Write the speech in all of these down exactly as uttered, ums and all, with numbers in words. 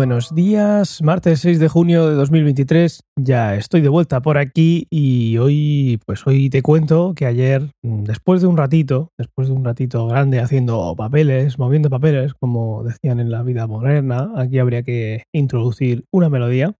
buenos días, martes seis de junio de dos mil veintitrés, ya estoy de vuelta por aquí y hoy pues hoy te cuento que ayer, después de un ratito, después de un ratito grande haciendo papeles, moviendo papeles, como decían en la vida moderna, aquí habría que introducir una melodía.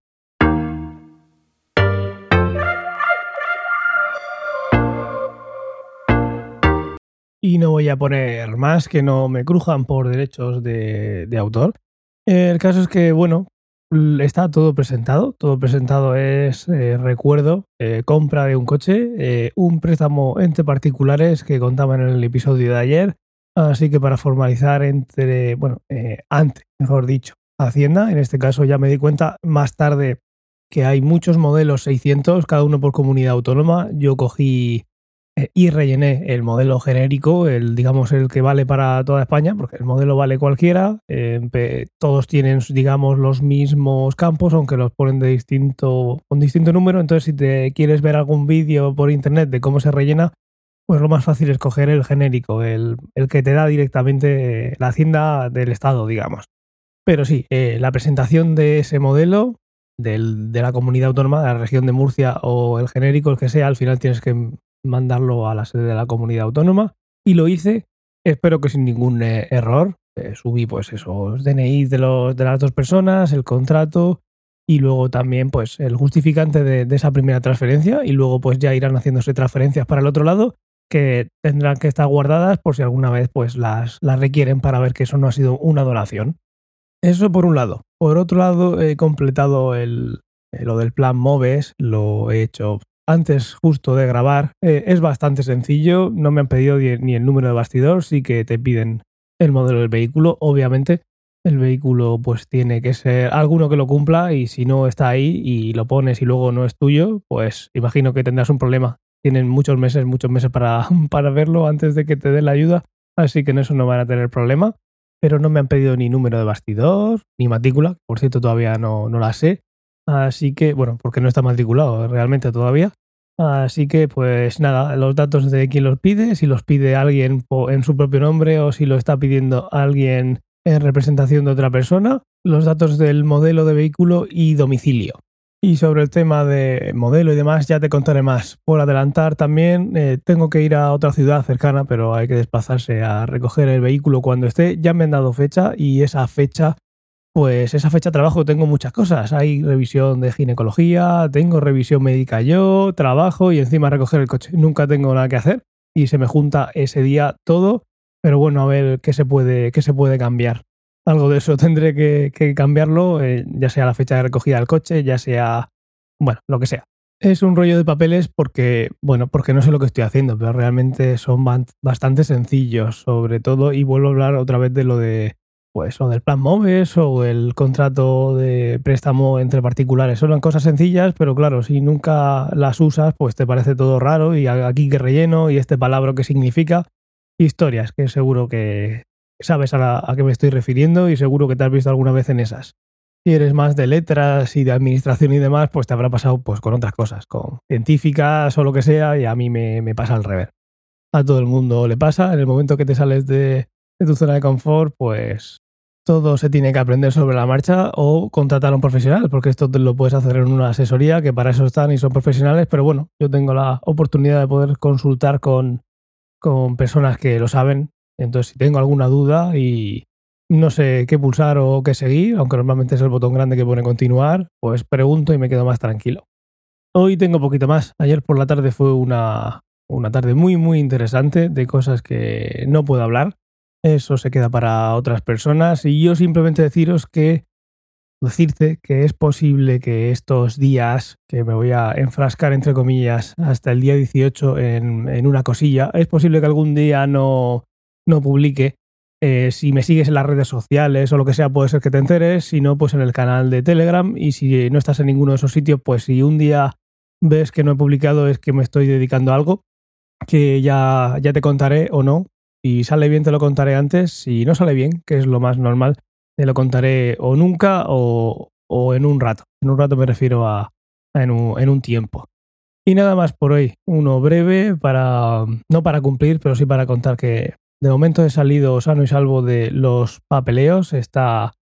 Y no voy a poner más que no me crujan por derechos de, de autor. El caso es que, bueno, está todo presentado. Todo presentado es eh, recuerdo, eh, compra de un coche, eh, un préstamo entre particulares que contaba en el episodio de ayer. Así que para formalizar entre, bueno, eh, ante, mejor dicho, Hacienda, en este caso ya me di cuenta más tarde que hay muchos modelos seiscientos, cada uno por comunidad autónoma. Yo cogí eh, y rellené el modelo genérico, el digamos el que vale para toda España, porque el modelo vale cualquiera, eh, todos tienen digamos los mismos campos, aunque los ponen de distinto, con distinto número. Entonces si te quieres ver algún vídeo por internet de cómo se rellena, pues lo más fácil es coger el genérico, el, el que te da directamente la Hacienda del Estado, digamos. Pero sí, eh, la presentación de ese modelo del, de la comunidad autónoma, de la región de Murcia o el genérico, el que sea, al final tienes que mandarlo a la sede de la comunidad autónoma y lo hice, espero que sin ningún eh, error. Eh, subí pues esos D N I de, los, de las dos personas, el contrato y luego también pues el justificante de, de esa primera transferencia, y luego pues ya irán haciéndose transferencias para el otro lado que tendrán que estar guardadas por si alguna vez pues las, las requieren para ver que eso no ha sido una donación. Eso por un lado. Por otro lado, he completado el, lo del plan MOVES, lo he hecho antes justo de grabar. Eh, es bastante sencillo, no me han pedido ni el número de bastidor, sí que te piden el modelo del vehículo. Obviamente el vehículo pues tiene que ser alguno que lo cumpla, y si no está ahí y lo pones y luego no es tuyo, pues imagino que tendrás un problema. Tienen muchos meses, muchos meses para, para verlo antes de que te den la ayuda, así que en eso no van a tener problema. Pero no me han pedido ni número de bastidor, ni matrícula, por cierto todavía no, no la sé. Así que, bueno, porque no está matriculado realmente todavía. Así que, pues nada, los datos de quién los pide, si los pide alguien en su propio nombre o si lo está pidiendo alguien en representación de otra persona, los datos del modelo de vehículo y domicilio. Y sobre el tema de modelo y demás ya te contaré más. Por adelantar también, eh, tengo que ir a otra ciudad cercana, pero hay que desplazarse a recoger el vehículo cuando esté. Ya me han dado fecha y esa fecha, pues esa fecha trabajo, tengo muchas cosas. Hay revisión de ginecología, tengo revisión médica yo, trabajo y encima recoger el coche. Nunca tengo nada que hacer y se me junta ese día todo, pero bueno, a ver qué se puede, qué se puede cambiar. Algo de eso tendré que, que cambiarlo, eh, ya sea la fecha de recogida del coche, ya sea, bueno, lo que sea. Es un rollo de papeles porque, bueno, porque no sé lo que estoy haciendo, pero realmente son bastante sencillos, sobre todo, y vuelvo a hablar otra vez de lo de, pues, lo del plan MOVES o el contrato de préstamo entre particulares. Son cosas sencillas, pero claro, si nunca las usas, pues te parece todo raro, y aquí que relleno, y este palabra que significa, historias que seguro que sabes a, la, a qué me estoy refiriendo y seguro que te has visto alguna vez en esas. Si eres más de letras y de administración y demás, pues te habrá pasado pues con otras cosas, con científicas o lo que sea, y a mí me, me pasa al revés. A todo el mundo le pasa. En el momento que te sales de, de tu zona de confort, pues todo se tiene que aprender sobre la marcha o contratar a un profesional, porque esto te lo puedes hacer en una asesoría, que para eso están y son profesionales, pero bueno, yo tengo la oportunidad de poder consultar con, con personas que lo saben. Entonces, si tengo alguna duda y no sé qué pulsar o qué seguir, aunque normalmente es el botón grande que pone continuar, pues pregunto y me quedo más tranquilo. Hoy tengo poquito más. Ayer por la tarde fue una, una tarde muy, muy interesante de cosas que no puedo hablar. Eso se queda para otras personas, y yo simplemente deciros que, decirte que es posible que estos días, que me voy a enfrascar entre comillas hasta el día dieciocho en, en una cosilla, es posible que algún día no... no publique. Eh, si me sigues en las redes sociales o lo que sea, puede ser que te enteres. Si no, pues en el canal de Telegram. Y si no estás en ninguno de esos sitios, pues si un día ves que no he publicado, es que me estoy dedicando a algo que ya, ya te contaré o no. Si sale bien te lo contaré antes. Si no sale bien, que es lo más normal, te lo contaré o nunca o, o en un rato. En un rato me refiero a, a en, un, en un tiempo. Y nada más por hoy. Uno breve, para no para cumplir, pero sí para contar que de momento he salido sano y salvo de los papeleos. Está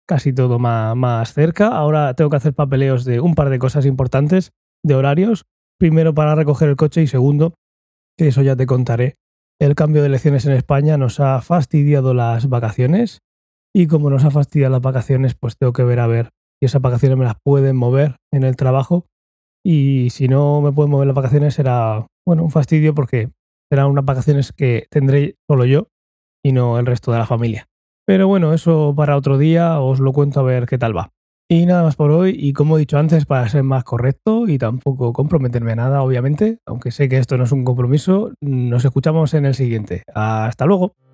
casi todo más, más cerca. Ahora tengo que hacer papeleos de un par de cosas importantes, de horarios. Primero para recoger el coche y segundo, que eso ya te contaré. El cambio de elecciones en España nos ha fastidiado las vacaciones y como nos ha fastidiado las vacaciones, pues tengo que ver a ver si esas vacaciones me las pueden mover en el trabajo y si no me pueden mover las vacaciones será, bueno, un fastidio porque serán unas vacaciones que tendré solo yo y no el resto de la familia. Pero bueno, eso para otro día, os lo cuento a ver qué tal va. Y nada más por hoy, y como he dicho antes, para ser más correcto y tampoco comprometerme a nada, obviamente, aunque sé que esto no es un compromiso, nos escuchamos en el siguiente. Hasta luego.